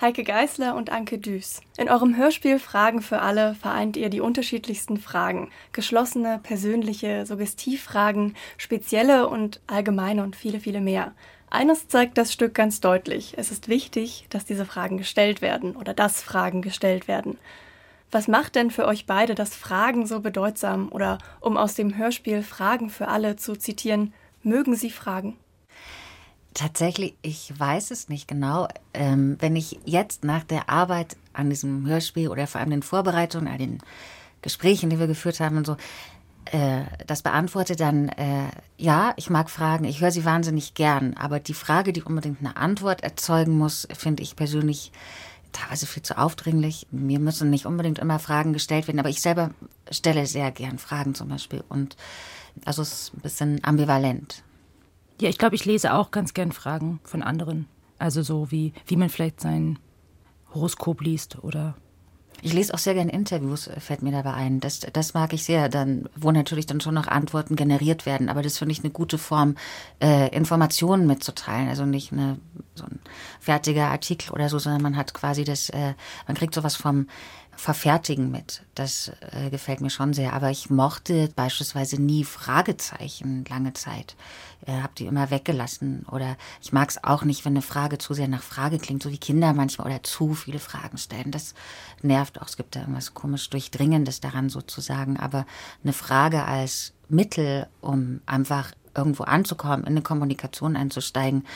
Heike Geisler und Anke Düß. In eurem Hörspiel Fragen für alle vereint ihr die unterschiedlichsten Fragen. Geschlossene, persönliche, Suggestivfragen, spezielle und allgemeine und viele, viele mehr. Eines zeigt das Stück ganz deutlich. Es ist wichtig, dass diese Fragen gestellt werden oder dass Fragen gestellt werden. Was macht denn für euch beide das Fragen so bedeutsam? Oder um aus dem Hörspiel Fragen für alle zu zitieren, mögen Sie fragen? Tatsächlich, ich weiß es nicht genau. Wenn ich jetzt nach der Arbeit an diesem Hörspiel oder vor allem den Vorbereitungen, all den Gesprächen, die wir geführt haben und so, das beantworte, dann ja, ich mag Fragen, ich höre sie wahnsinnig gern. Aber die Frage, die unbedingt eine Antwort erzeugen muss, finde ich persönlich teilweise viel zu aufdringlich. Mir müssen nicht unbedingt immer Fragen gestellt werden, aber ich selber stelle sehr gern Fragen zum Beispiel. Und also es ist ein bisschen ambivalent. Ja, ich glaube, ich lese auch ganz gern Fragen von anderen. Also so wie man vielleicht sein Horoskop liest oder... Ich lese auch sehr gern Interviews, fällt mir dabei ein. Das mag ich sehr, wo natürlich dann schon noch Antworten generiert werden. Aber das finde ich eine gute Form, Informationen mitzuteilen. Also nicht so ein fertiger Artikel oder so, sondern man hat quasi man kriegt sowas vom Verfertigen mit. Das gefällt mir schon sehr. Aber ich mochte beispielsweise nie Fragezeichen lange Zeit. Habe die immer weggelassen. Oder ich mag es auch nicht, wenn eine Frage zu sehr nach Frage klingt, so wie Kinder manchmal oder zu viele Fragen stellen. Das nervt auch. Es gibt da irgendwas komisch Durchdringendes daran sozusagen. Aber eine Frage als Mittel, um einfach irgendwo anzukommen, in eine Kommunikation einzusteigen,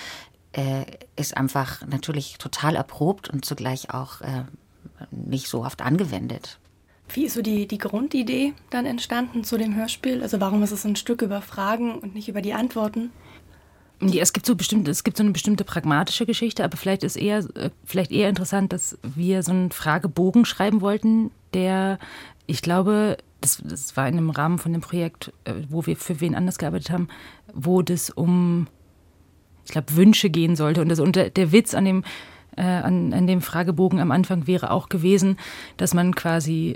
ist einfach natürlich total erprobt und zugleich auch nicht so oft angewendet. Wie ist so die Grundidee dann entstanden zu dem Hörspiel? Also warum ist es ein Stück über Fragen und nicht über die Antworten? Ja, es gibt so eine bestimmte pragmatische Geschichte, aber vielleicht eher interessant, dass wir so einen Fragebogen schreiben wollten, der, ich glaube, das war in einem Rahmen von dem Projekt, wo wir für wen anders gearbeitet haben, wo das um, ich glaube, Wünsche gehen sollte. Und der Witz an dem Fragebogen am Anfang wäre auch gewesen, dass man quasi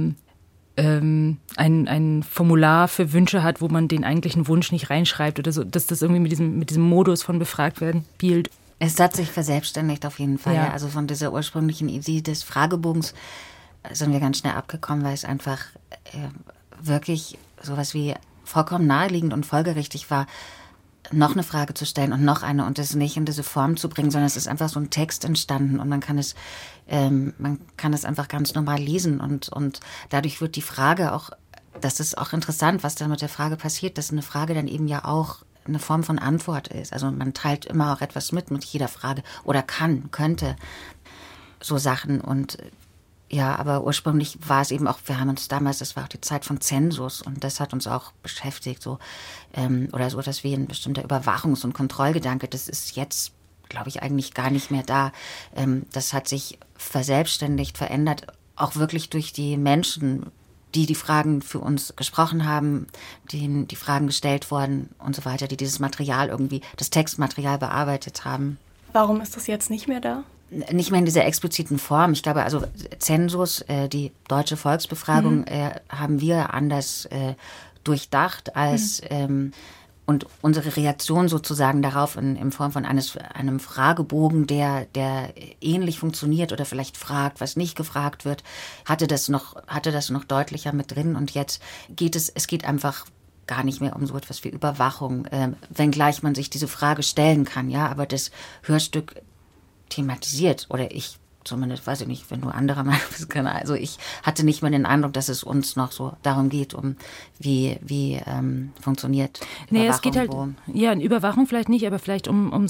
ein Formular für Wünsche hat, wo man den eigentlichen Wunsch nicht reinschreibt oder so, dass das irgendwie mit diesem Modus von befragt werden spielt. Es hat sich verselbstständigt auf jeden Fall. Ja. Ja. Also von dieser ursprünglichen Idee des Fragebogens sind wir ganz schnell abgekommen, weil es einfach wirklich sowas wie vollkommen naheliegend und folgerichtig war, noch eine Frage zu stellen und noch eine und das nicht in diese Form zu bringen, sondern es ist einfach so ein Text entstanden und man kann es einfach ganz normal lesen und dadurch wird die Frage auch, das ist auch interessant, was da mit der Frage passiert, dass eine Frage dann eben ja auch eine Form von Antwort ist. Also man teilt immer auch etwas mit jeder Frage oder könnte so Sachen und ja, aber ursprünglich war es eben auch, wir haben uns damals, das war auch die Zeit von Zensus und das hat uns auch beschäftigt, so oder so, dass wir ein bestimmter Überwachungs- und Kontrollgedanke, das ist jetzt, glaube ich, eigentlich gar nicht mehr da. Das hat sich verselbstständigt, verändert, auch wirklich durch die Menschen, die Fragen für uns gesprochen haben, denen die Fragen gestellt wurden und so weiter, die dieses Material irgendwie, das Textmaterial bearbeitet haben. Warum ist das jetzt nicht mehr da? Nicht mehr in dieser expliziten Form. Ich glaube, also Zensus, die deutsche Volksbefragung, haben wir anders durchdacht als und unsere Reaktion sozusagen darauf in Form von einem Fragebogen, der ähnlich funktioniert oder vielleicht fragt, was nicht gefragt wird, hatte das noch deutlicher mit drin und jetzt es geht einfach gar nicht mehr um so etwas wie Überwachung, wenngleich man sich diese Frage stellen kann, ja, aber das Hörstück thematisiert oder ich zumindest, weiß ich nicht, wenn du anderer Meinung bist, also ich hatte nicht mehr den Eindruck, dass es uns noch so darum geht, wie funktioniert Nee, es geht halt, ja, in Überwachung vielleicht nicht, aber vielleicht um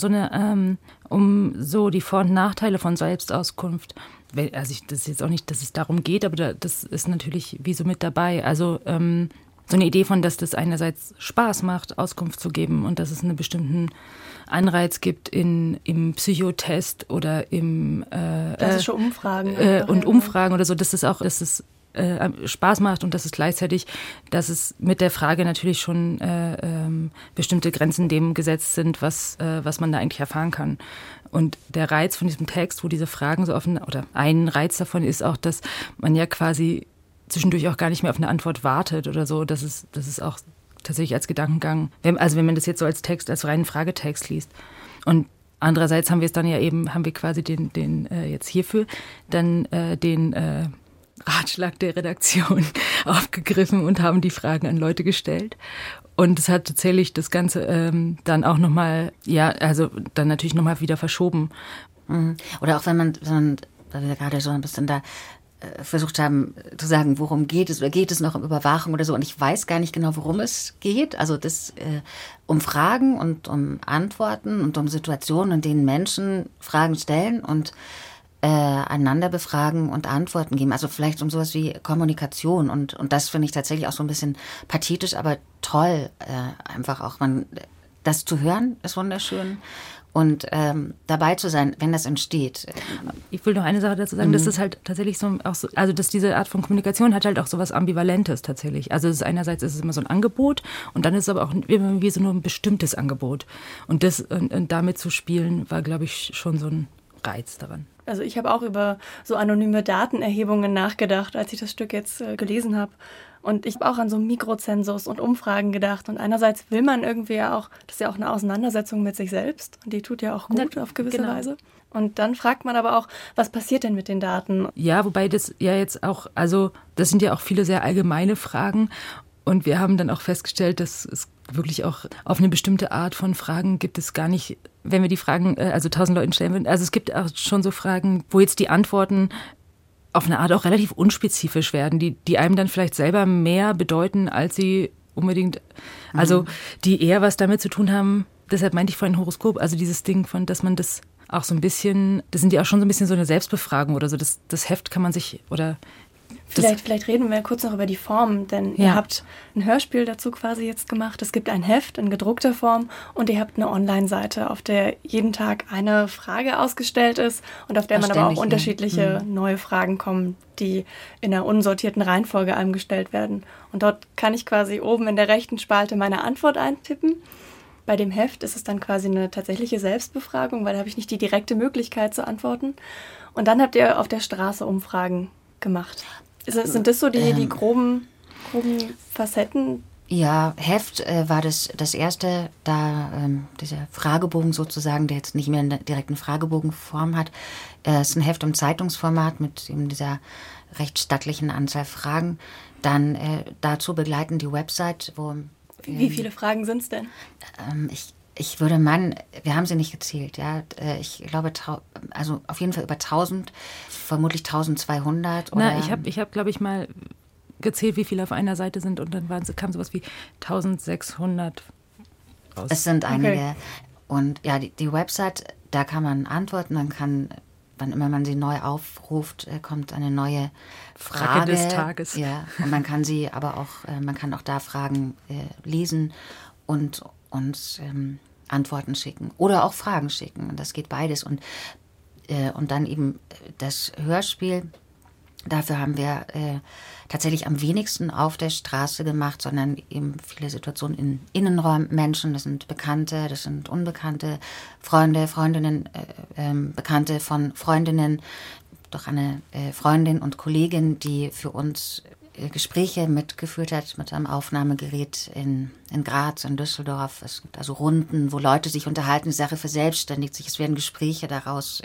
so die Vor- und Nachteile von Selbstauskunft. Also das ist jetzt auch nicht, dass es darum geht, aber das ist natürlich wie so mit dabei. Also so eine Idee von, dass das einerseits Spaß macht, Auskunft zu geben und dass es einen bestimmten Anreiz gibt im Psychotest oder im klassische Umfragen und Umfragen oder so, dass es Spaß macht und dass es gleichzeitig, dass es mit der Frage natürlich schon bestimmte Grenzen dem gesetzt sind, was man da eigentlich erfahren kann. Und der Reiz von diesem Text, wo diese Fragen so offen, oder ein Reiz davon ist auch, dass man ja quasi zwischendurch auch gar nicht mehr auf eine Antwort wartet oder so. Das ist auch tatsächlich als Gedankengang, wenn man das jetzt so als Text, als reinen Fragetext liest. Und andererseits haben wir quasi den jetzt hierfür dann den Ratschlag der Redaktion aufgegriffen und haben die Fragen an Leute gestellt. Und es hat tatsächlich das Ganze dann auch nochmal, dann natürlich nochmal wieder verschoben. Oder auch wenn man, weil wir gerade so ein bisschen da versucht haben zu sagen, worum geht es, oder geht es noch um Überwachung oder so, und ich weiß gar nicht genau, worum es geht. Also das um Fragen und um Antworten und um Situationen, in denen Menschen Fragen stellen und einander befragen und Antworten geben. Also vielleicht um sowas wie Kommunikation, und das finde ich tatsächlich auch so ein bisschen pathetisch, aber toll. Einfach auch das zu hören ist wunderschön. Und dabei zu sein, wenn das entsteht. Ich will noch eine Sache dazu sagen, dass das halt tatsächlich dass diese Art von Kommunikation hat halt auch so was Ambivalentes tatsächlich. Also einerseits ist es immer so ein Angebot, und dann ist es aber auch irgendwie so nur ein bestimmtes Angebot. Und damit zu spielen, war, glaube ich, schon so ein Reiz daran. Also ich habe auch über so anonyme Datenerhebungen nachgedacht, als ich das Stück jetzt gelesen habe. Und ich habe auch an so Mikrozensus und Umfragen gedacht. Und einerseits will man irgendwie ja auch, das ist ja auch eine Auseinandersetzung mit sich selbst. Und die tut ja auch gut auf gewisse Weise. Und dann fragt man aber auch, was passiert denn mit den Daten? Ja, wobei das ja jetzt auch, also das sind ja auch viele sehr allgemeine Fragen. Und wir haben dann auch festgestellt, dass es wirklich auch auf eine bestimmte Art von Fragen gibt es gar nicht, wenn wir die Fragen, 1000 Leuten stellen würden. Also es gibt auch schon so Fragen, wo jetzt die Antworten auf eine Art auch relativ unspezifisch werden, die einem dann vielleicht selber mehr bedeuten, als sie unbedingt, also die eher was damit zu tun haben. Deshalb meinte ich vorhin Horoskop, also dieses Ding von, dass man das auch so ein bisschen, das sind ja auch schon so ein bisschen so eine Selbstbefragung oder so, das Heft kann man sich, oder Vielleicht reden wir kurz noch über die Form, denn ihr habt ein Hörspiel dazu quasi jetzt gemacht. Es gibt ein Heft in gedruckter Form und ihr habt eine Online-Seite, auf der jeden Tag eine Frage ausgestellt ist und auf der man aber auch unterschiedliche neue Fragen kommen, die in einer unsortierten Reihenfolge einem gestellt werden. Und dort kann ich quasi oben in der rechten Spalte meine Antwort eintippen. Bei dem Heft ist es dann quasi eine tatsächliche Selbstbefragung, weil da habe ich nicht die direkte Möglichkeit zu antworten. Und dann habt ihr auf der Straße Umfragen gemacht. Sind das so die groben Facetten? Ja, Heft war das erste, da dieser Fragebogen sozusagen, der jetzt nicht mehr eine direkten Fragebogenform hat. Ist ein Heft im Zeitungsformat mit eben dieser recht stattlichen Anzahl Fragen. Dann dazu begleiten die Website, wo... Wie viele Fragen sind es denn? Ich würde meinen, wir haben sie nicht gezählt, ja. Ich glaube, also auf jeden Fall über 1000, vermutlich 1200. Oder ich hab, glaube ich, mal gezählt, wie viele auf einer Seite sind, und dann kam sowas wie 1600 raus. Es sind einige. Okay. Und ja, die Website, da kann man antworten, dann kann, wann immer man sie neu aufruft, kommt eine neue Frage des Tages. Ja, und man kann sie aber auch, man kann auch da Fragen lesen und uns Antworten schicken oder auch Fragen schicken. Und das geht beides. Und dann eben das Hörspiel, dafür haben wir tatsächlich am wenigsten auf der Straße gemacht, sondern eben viele Situationen in Innenräumen, Menschen, das sind Bekannte, das sind Unbekannte, Freunde, Freundinnen, Bekannte von Freundinnen, doch eine Freundin und Kollegin, die für uns Gespräche mitgeführt hat mit einem Aufnahmegerät in Graz, in Düsseldorf. Es gibt also Runden, wo Leute sich unterhalten, die Sache verselbstständigt sich, es werden Gespräche daraus,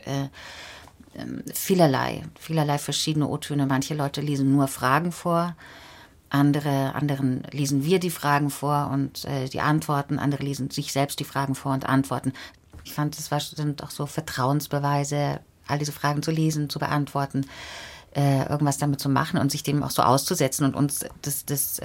vielerlei verschiedene O-Töne. Manche Leute lesen nur Fragen vor, anderen lesen wir die Fragen vor und die Antworten, andere lesen sich selbst die Fragen vor und antworten. Ich fand, sind auch so Vertrauensbeweise, all diese Fragen zu lesen, zu beantworten, irgendwas damit zu machen und sich dem auch so auszusetzen und uns das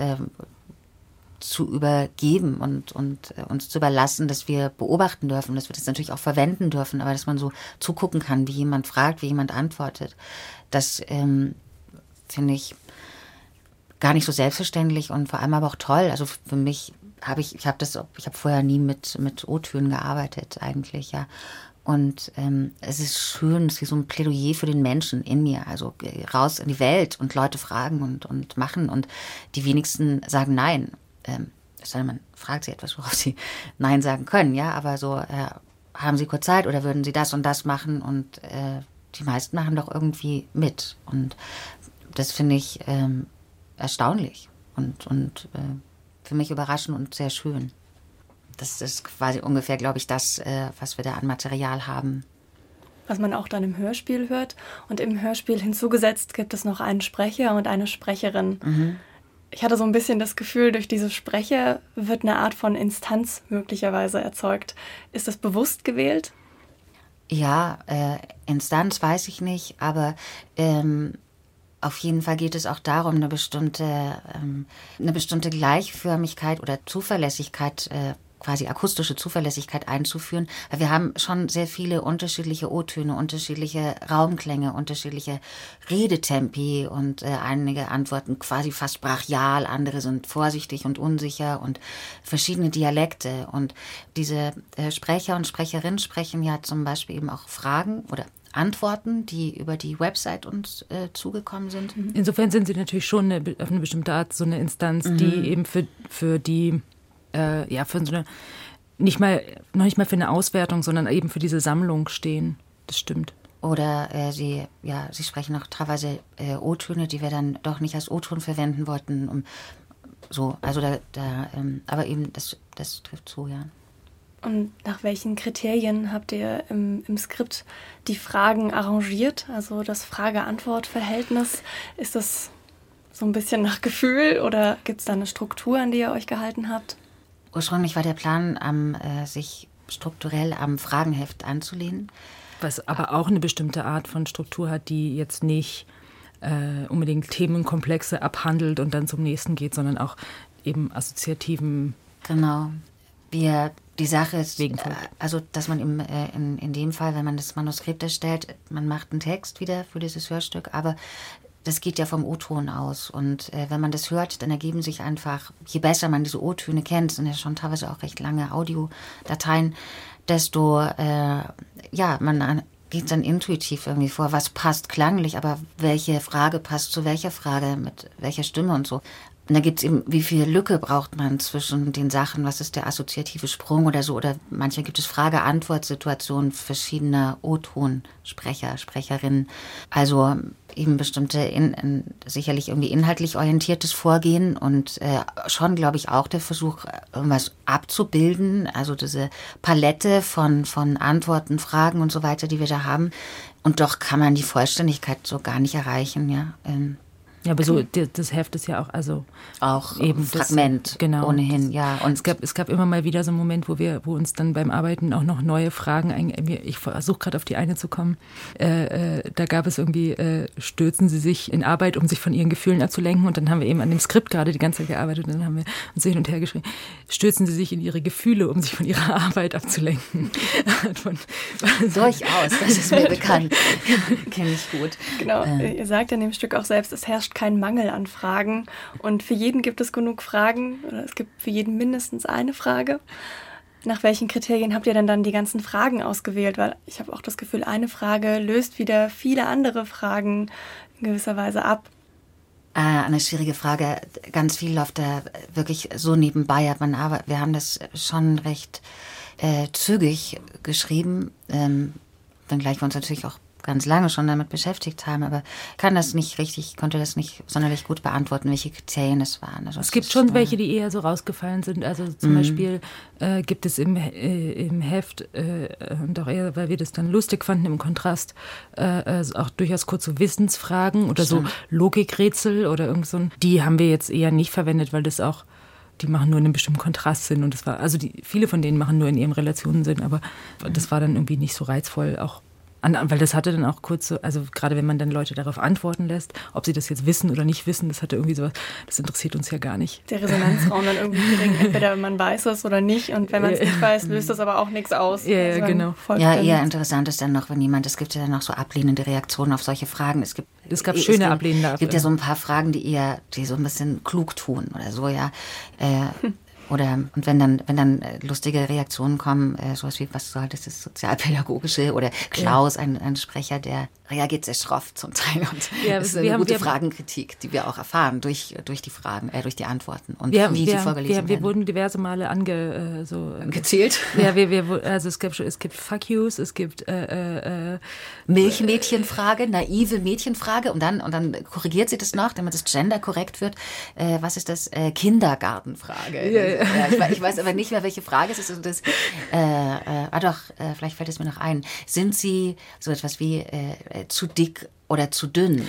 zu übergeben und uns zu überlassen, dass wir beobachten dürfen, dass wir das natürlich auch verwenden dürfen, aber dass man so zugucken kann, wie jemand fragt, wie jemand antwortet. Das finde ich gar nicht so selbstverständlich und vor allem aber auch toll. Also für mich ich habe vorher nie mit O-Tönen gearbeitet eigentlich, ja. Und es ist schön, es ist wie so ein Plädoyer für den Menschen in mir, also raus in die Welt und Leute fragen und machen und die wenigsten sagen Nein. Man fragt sie etwas, worauf sie Nein sagen können, ja, aber so, haben sie kurz Zeit oder würden sie das und das machen und die meisten machen doch irgendwie mit und das finde ich erstaunlich und für mich überraschend und sehr schön. das ist quasi ungefähr, glaube ich, das, was wir da an Material haben. Was man auch dann im Hörspiel hört. Und im Hörspiel hinzugesetzt gibt es noch einen Sprecher und eine Sprecherin. Mhm. Ich hatte so ein bisschen das Gefühl, durch diese Sprecher wird eine Art von Instanz möglicherweise erzeugt. Ist das bewusst gewählt? Ja, Instanz weiß ich nicht, aber auf jeden Fall geht es auch darum, eine bestimmte Gleichförmigkeit oder Zuverlässigkeit, quasi akustische Zuverlässigkeit einzuführen. Weil wir haben schon sehr viele unterschiedliche O-Töne, unterschiedliche Raumklänge, unterschiedliche Redetempi und einige Antworten quasi fast brachial, andere sind vorsichtig und unsicher und verschiedene Dialekte. Und diese Sprecher und Sprecherinnen sprechen ja zum Beispiel eben auch Fragen oder Antworten, die über die Website uns zugekommen sind. Insofern sind sie natürlich schon auf eine bestimmte Art so eine Instanz, die eben für die für so eine, noch nicht mal für eine Auswertung, sondern eben für diese Sammlung stehen. Das stimmt. Oder sie sprechen auch teilweise O-Töne, die wir dann doch nicht als O-Ton verwenden wollten. Aber eben das trifft zu, ja. Und nach welchen Kriterien habt ihr im Skript die Fragen arrangiert? Also das Frage-Antwort-Verhältnis, ist das so ein bisschen nach Gefühl oder gibt es da eine Struktur, an die ihr euch gehalten habt? Ursprünglich war der Plan, sich strukturell am Fragenheft anzulehnen. Was aber auch eine bestimmte Art von Struktur hat, die jetzt nicht unbedingt Themenkomplexe abhandelt und dann zum nächsten geht, sondern auch eben assoziativen... Genau. Die Sache ist, also dass man in dem Fall, wenn man das Manuskript erstellt, man macht einen Text wieder für dieses Hörstück, aber das geht ja vom O-Ton aus. Und wenn man das hört, dann ergeben sich einfach, je besser man diese O-Töne kennt, sind ja schon teilweise auch recht lange Audiodateien, desto, man geht dann intuitiv irgendwie vor, was passt klanglich, aber welche Frage passt zu welcher Frage, mit welcher Stimme und so. Und da gibt es eben, wie viel Lücke braucht man zwischen den Sachen, was ist der assoziative Sprung oder so, oder manchmal gibt es Frage-Antwort-Situationen verschiedener O-Ton-Sprecher, Sprecherinnen. Also eben bestimmte, sicherlich irgendwie inhaltlich orientiertes Vorgehen und schon, glaube ich, auch der Versuch, irgendwas abzubilden, also diese Palette von Antworten, Fragen und so weiter, die wir da haben. Und doch kann man die Vollständigkeit so gar nicht erreichen, ja. Ja, aber so, das Heft ist ja auch eben Fragment, das, genau, ohnehin, ja. Und es gab immer mal wieder so einen Moment, wo uns dann beim Arbeiten auch noch neue Fragen, ich versuche gerade auf die eine zu kommen, da gab es irgendwie, stürzen Sie sich in Arbeit, um sich von Ihren Gefühlen abzulenken, und dann haben wir eben an dem Skript gerade die ganze Zeit gearbeitet und dann haben wir uns hin und her geschrieben, stürzen Sie sich in Ihre Gefühle, um sich von Ihrer Arbeit abzulenken. Durchaus, das ist mir bekannt. Kenne ich gut. Genau, ihr sagt in dem Stück auch selbst, es herrscht kein Mangel an Fragen und für jeden gibt es genug Fragen, oder es gibt für jeden mindestens eine Frage. Nach welchen Kriterien habt ihr denn dann die ganzen Fragen ausgewählt? Weil ich habe auch das Gefühl, eine Frage löst wieder viele andere Fragen in gewisser Weise ab. Eine schwierige Frage. Ganz viel läuft da wirklich so nebenbei. Aber wir haben das schon recht zügig geschrieben, wenngleich wir uns natürlich auch ganz lange schon damit beschäftigt haben, aber konnte das nicht sonderlich gut beantworten, welche Kriterien es waren. Also es gibt schon welche, die eher so rausgefallen sind. Also zum Beispiel gibt es im Heft, und auch eher, weil wir das dann lustig fanden im Kontrast, auch durchaus kurze Wissensfragen oder so Logikrätsel oder irgend so. Die haben wir jetzt eher nicht verwendet, weil das auch, die machen nur in einem bestimmten Kontrast Sinn, und das war, also viele von denen machen nur in ihren Relationen Sinn, aber das war dann irgendwie nicht so reizvoll, auch weil das hatte dann auch kurze, also gerade wenn man dann Leute darauf antworten lässt, ob sie das jetzt wissen oder nicht wissen, das hatte irgendwie sowas, das interessiert uns ja gar nicht. Der Resonanzraum dann irgendwie gering, entweder man weiß es oder nicht, und wenn man es nicht weiß, löst das aber auch nichts aus. Ja, also genau. Ja, eher interessant ist dann noch, wenn es gibt ja dann noch so ablehnende Reaktionen auf solche Fragen. Es gab schöne ablehnende. Es gibt ja so ein paar Fragen, die so ein bisschen klug tun oder so, ja. Und wenn dann lustige Reaktionen kommen, sowas wie, was soll das, ist sozialpädagogische, oder Klaus, ein Sprecher, der reagiert sehr schroff zum Teil, und das ist eine gute Fragenkritik, die wir auch erfahren durch die Fragen, durch die Antworten und wie sie vorgelesen werden. Wir wurden diverse Male gezählt. Ja, also es gibt Fuck Yous, es gibt Milchmädchenfrage, naive Mädchenfrage, und dann korrigiert sie das noch, damit es genderkorrekt wird. Was ist das? Kindergartenfrage. Ich weiß aber nicht mehr, welche Frage es ist. Und das, vielleicht fällt es mir noch ein. Sind Sie so etwas wie zu dick oder zu dünn?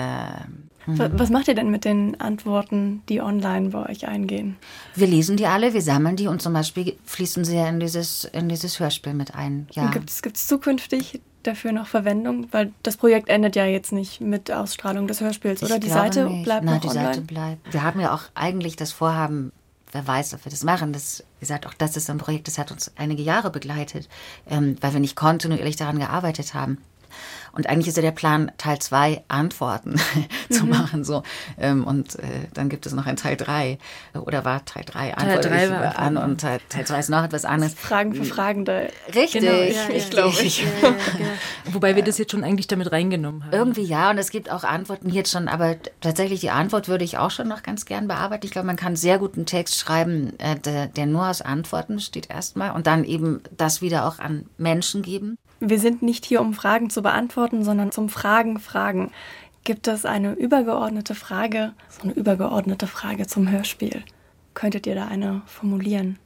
Was macht ihr denn mit den Antworten, die online bei euch eingehen? Wir lesen die alle, wir sammeln die und zum Beispiel fließen sie ja in dieses Hörspiel mit ein. Ja. Gibt es zukünftig dafür noch Verwendung? Weil das Projekt endet ja jetzt nicht mit Ausstrahlung des Hörspiels, oder? Die Seite bleibt noch online? Die Seite bleibt. Wir haben ja auch eigentlich das Vorhaben, wer weiß, ob wir das machen. Das, wie gesagt, auch das ist ein Projekt, das hat uns einige Jahre begleitet, weil wir nicht kontinuierlich daran gearbeitet haben. Und eigentlich ist ja der Plan, Teil 2 Antworten zu machen. So. Und dann gibt es noch ein Teil 3. Oder war Teil 3 Antworten und Teil 2 ist noch etwas anderes. Fragen für Fragende. Richtig, genau, ich glaube. Genau. Wobei wir das jetzt schon eigentlich damit reingenommen haben. Irgendwie ja, und es gibt auch Antworten jetzt schon, aber tatsächlich die Antwort würde ich auch schon noch ganz gern bearbeiten. Ich glaube, man kann sehr gut einen Text schreiben, der nur aus Antworten besteht erstmal und dann eben das wieder auch an Menschen geben. Wir sind nicht hier, um Fragen zu beantworten, sondern zum Fragen. Gibt es eine übergeordnete Frage, so eine übergeordnete Frage zum Hörspiel? Könntet ihr da eine formulieren?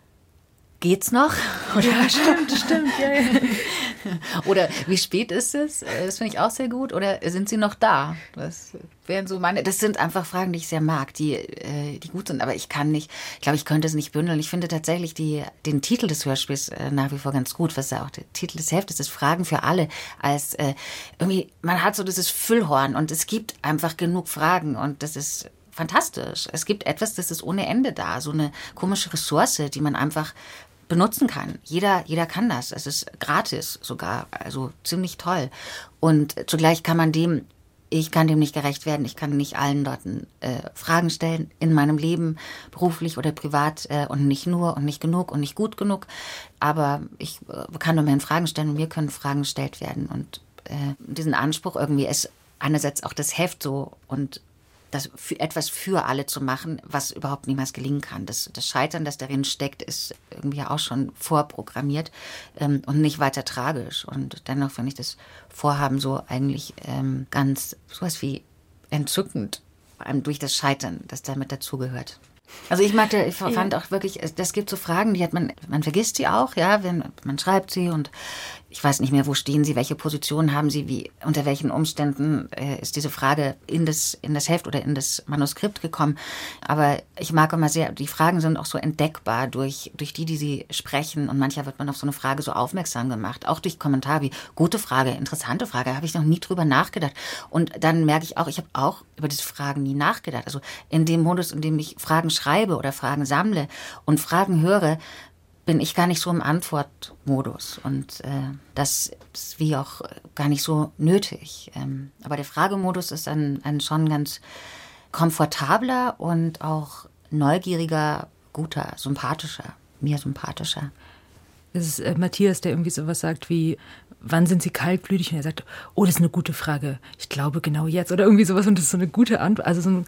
Geht's noch? Oder? Ja, stimmt. Ja. Oder wie spät ist es? Das finde ich auch sehr gut. Oder sind Sie noch da? Das wären so meine. Das sind einfach Fragen, die ich sehr mag, die gut sind. Aber ich kann nicht. Ich glaube, ich könnte es nicht bündeln. Ich finde tatsächlich den Titel des Hörspiels nach wie vor ganz gut, was ja auch der Titel des Heftes ist: Fragen für alle. Als irgendwie, man hat so dieses Füllhorn und es gibt einfach genug Fragen und das ist fantastisch. Es gibt etwas, das ist ohne Ende da. So eine komische Ressource, die man einfach benutzen kann. Jeder kann das. Es ist gratis sogar, also ziemlich toll. Und zugleich ich kann dem nicht gerecht werden. Ich kann nicht allen Leuten Fragen stellen in meinem Leben, beruflich oder privat und nicht nur und nicht genug und nicht gut genug. Aber ich kann nur mehr Fragen stellen und mir können Fragen gestellt werden. Und diesen Anspruch irgendwie ist einerseits auch das Heft so und etwas für alle zu machen, was überhaupt niemals gelingen kann. Das Scheitern, das darin steckt, ist irgendwie auch schon vorprogrammiert und nicht weiter tragisch. Und dennoch finde ich das Vorhaben so eigentlich ganz sowas wie entzückend, vor allem durch das Scheitern, das damit dazugehört. Also ich fand auch wirklich, das gibt so Fragen, die hat man vergisst sie auch, ja, wenn man schreibt sie und ich weiß nicht mehr, wo stehen sie, welche Position haben sie, unter welchen Umständen ist diese Frage in das Heft oder in das Manuskript gekommen. Aber ich mag immer sehr, die Fragen sind auch so entdeckbar durch die sie sprechen und manchmal wird man auf so eine Frage so aufmerksam gemacht, auch durch Kommentare wie gute Frage, interessante Frage, habe ich noch nie drüber nachgedacht. Und dann merke ich auch, ich habe auch über diese Fragen nie nachgedacht. Also in dem Modus, in dem ich Fragen schreibe oder Fragen sammle und Fragen höre, bin ich gar nicht so im Antwortmodus und das ist wie auch gar nicht so nötig. Aber der Fragemodus ist ein schon ganz komfortabler und auch neugieriger, guter, mir sympathischer. Das ist Matthias, der irgendwie sowas sagt wie, wann sind Sie kaltblütig? Und er sagt, oh, das ist eine gute Frage. Ich glaube genau jetzt. Oder irgendwie sowas und das ist so eine gute Antwort. Also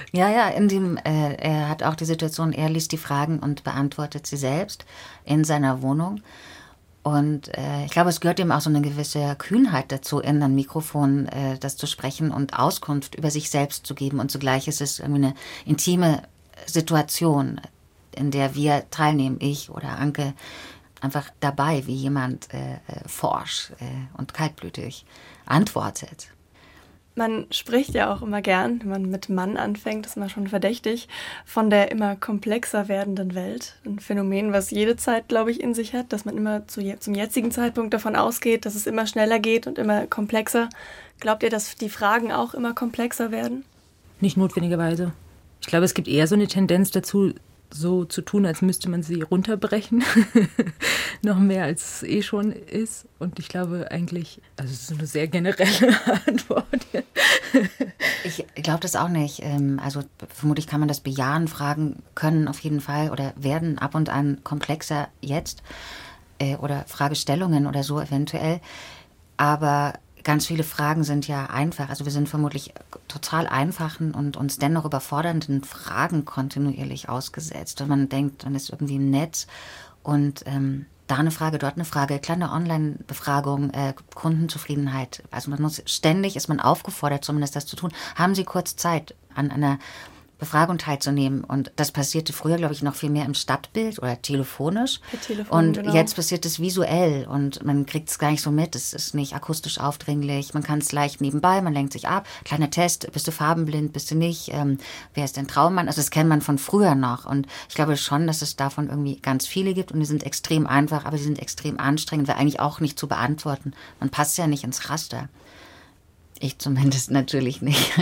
er hat auch die Situation, er liest die Fragen und beantwortet sie selbst in seiner Wohnung. Und ich glaube, es gehört ihm auch so eine gewisse Kühnheit dazu, in einem Mikrofon das zu sprechen und Auskunft über sich selbst zu geben. Und zugleich ist es irgendwie eine intime Situation, in der wir teilnehmen, ich oder Anke, einfach dabei, wie jemand forsch und kaltblütig antwortet. Man spricht ja auch immer gern, wenn man mit Mann anfängt, ist man schon verdächtig, von der immer komplexer werdenden Welt. Ein Phänomen, was jede Zeit, glaube ich, in sich hat, dass man immer zum jetzigen Zeitpunkt davon ausgeht, dass es immer schneller geht und immer komplexer. Glaubt ihr, dass die Fragen auch immer komplexer werden? Nicht notwendigerweise. Ich glaube, es gibt eher so eine Tendenz dazu, so zu tun, als müsste man sie runterbrechen. Noch mehr, als es schon ist. Und ich glaube eigentlich, also es ist eine sehr generelle Antwort. Ich glaube das auch nicht. Also vermutlich kann man das bejahen. Fragen können auf jeden Fall oder werden ab und an komplexer jetzt. Oder Fragestellungen oder so eventuell. Aber ganz viele Fragen sind ja einfach. Also wir sind vermutlich total einfachen und uns dennoch überfordernden Fragen kontinuierlich ausgesetzt. Und man denkt, man ist irgendwie im Netz und da eine Frage, dort eine Frage, kleine Online-Befragung, Kundenzufriedenheit. Also ist man aufgefordert, zumindest das zu tun. Haben Sie kurz Zeit, an einer Befragung teilzunehmen. Und das passierte früher, glaube ich, noch viel mehr im Stadtbild oder telefonisch. Per Telefon, und genau. Jetzt passiert es visuell und man kriegt es gar nicht so mit. Es ist nicht akustisch aufdringlich. Man kann es leicht nebenbei, man lenkt sich ab. Kleiner Test, bist du farbenblind, bist du nicht? Wer ist dein Traummann? Also das kennt man von früher noch. Und ich glaube schon, dass es davon irgendwie ganz viele gibt. Und die sind extrem einfach, aber die sind extrem anstrengend, weil eigentlich auch nicht zu beantworten. Man passt ja nicht ins Raster. Ich zumindest natürlich nicht.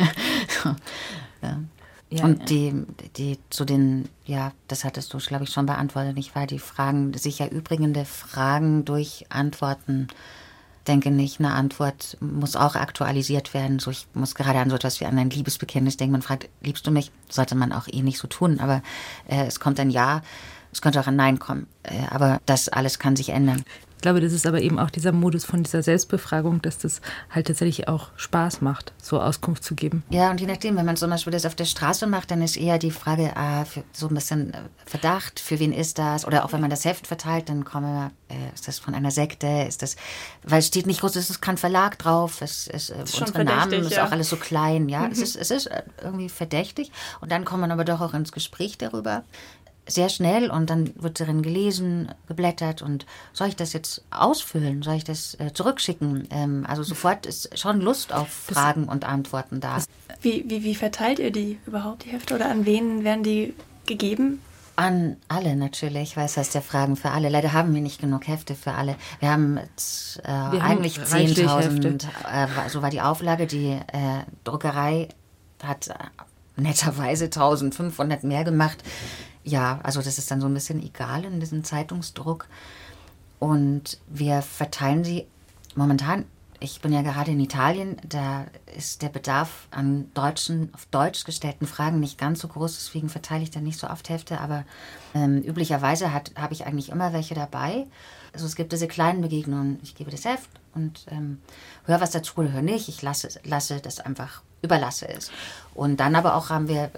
Ja. Ja, und die zu den, ja, das hattest du, glaube ich, schon beantwortet, nicht wahr? Die Fragen, sich erübrigende Fragen durch Antworten, denke nicht, eine Antwort muss auch aktualisiert werden. So, ich muss gerade an so etwas wie an ein Liebesbekenntnis denken. Man fragt, liebst du mich? Sollte man auch nicht so tun, aber es kommt ein Ja, es könnte auch ein Nein kommen. Aber das alles kann sich ändern. Ich glaube, das ist aber eben auch dieser Modus von dieser Selbstbefragung, dass das halt tatsächlich auch Spaß macht, so Auskunft zu geben. Ja, und je nachdem, wenn man zum Beispiel das auf der Straße macht, dann ist eher die Frage, für so ein bisschen Verdacht, für wen ist das? Oder auch wenn man das Heft verteilt, dann kommen wir, ist das von einer Sekte? Ist das, weil es steht nicht groß, es ist kein Verlag drauf, es ist unsere Namen, ist auch alles so klein, ja. Es ist irgendwie verdächtig. Und dann kommt man aber doch auch ins Gespräch darüber. Sehr schnell und dann wird darin gelesen, geblättert und soll ich das jetzt ausfüllen, soll ich das zurückschicken? Also sofort ist schon Lust auf Fragen und Antworten da. Wie verteilt ihr die überhaupt, die Hefte, oder an wen werden die gegeben? An alle natürlich, weil es heißt ja Fragen für alle. Leider haben wir nicht genug Hefte für alle. Wir haben eigentlich 10.000, so war die Auflage. Die Druckerei hat netterweise 1.500 mehr gemacht. Ja, also das ist dann so ein bisschen egal in diesem Zeitungsdruck. Und wir verteilen sie momentan. Ich bin ja gerade in Italien, da ist der Bedarf an auf Deutsch gestellten Fragen nicht ganz so groß, deswegen verteile ich da nicht so oft Hefte, aber üblicherweise habe ich eigentlich immer welche dabei. Also es gibt diese kleinen Begegnungen, ich gebe das Heft und höre was dazu oder höre nicht, ich lasse das einfach, überlasse es. Und dann aber auch haben wir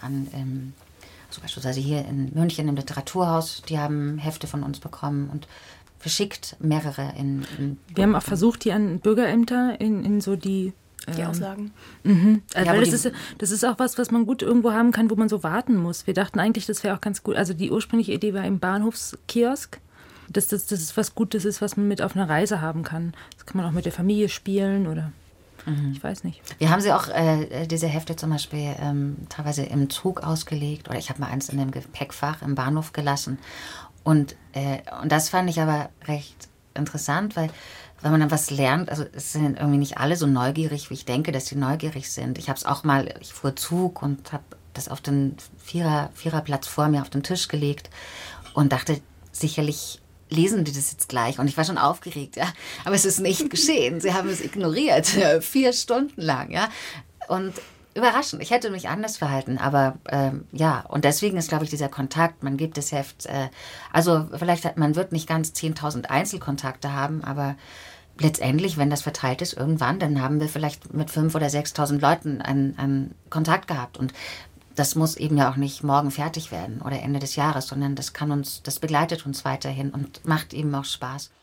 zum Beispiel hier in München im Literaturhaus, die haben Hefte von uns bekommen und verschickt mehrere Wir haben auch versucht, die an Bürgerämter in so die Auslagen. Also weil das ist auch was man gut irgendwo haben kann, wo man so warten muss. Wir dachten eigentlich, das wäre auch ganz gut. Also die ursprüngliche Idee war im Bahnhofskiosk. Das ist was Gutes ist, was man mit auf einer Reise haben kann. Das kann man auch mit der Familie spielen oder ich weiß nicht. Wir haben sie auch, diese Hefte zum Beispiel, teilweise im Zug ausgelegt. Oder ich habe mal eins in dem Gepäckfach im Bahnhof gelassen. Und das fand ich aber recht interessant, weil wenn man dann was lernt, also es sind irgendwie nicht alle so neugierig, wie ich denke, dass sie neugierig sind. Ich habe es auch mal, ich fuhr Zug und habe das auf den Viererplatz vor mir auf den Tisch gelegt und dachte, sicherlich lesen die das jetzt gleich. Und ich war schon aufgeregt, ja. Aber es ist nicht geschehen. Sie haben es ignoriert, 4 Stunden lang, ja. Und überraschend. Ich hätte mich anders verhalten, aber ja. Und deswegen ist, glaube ich, dieser Kontakt, man gibt das Heft, also vielleicht man wird nicht ganz 10.000 Einzelkontakte haben, aber letztendlich, wenn das verteilt ist, irgendwann, dann haben wir vielleicht mit 5.000 oder 6.000 Leuten einen Kontakt gehabt. Und das muss eben ja auch nicht morgen fertig werden oder Ende des Jahres, sondern das begleitet uns weiterhin und macht eben auch Spaß.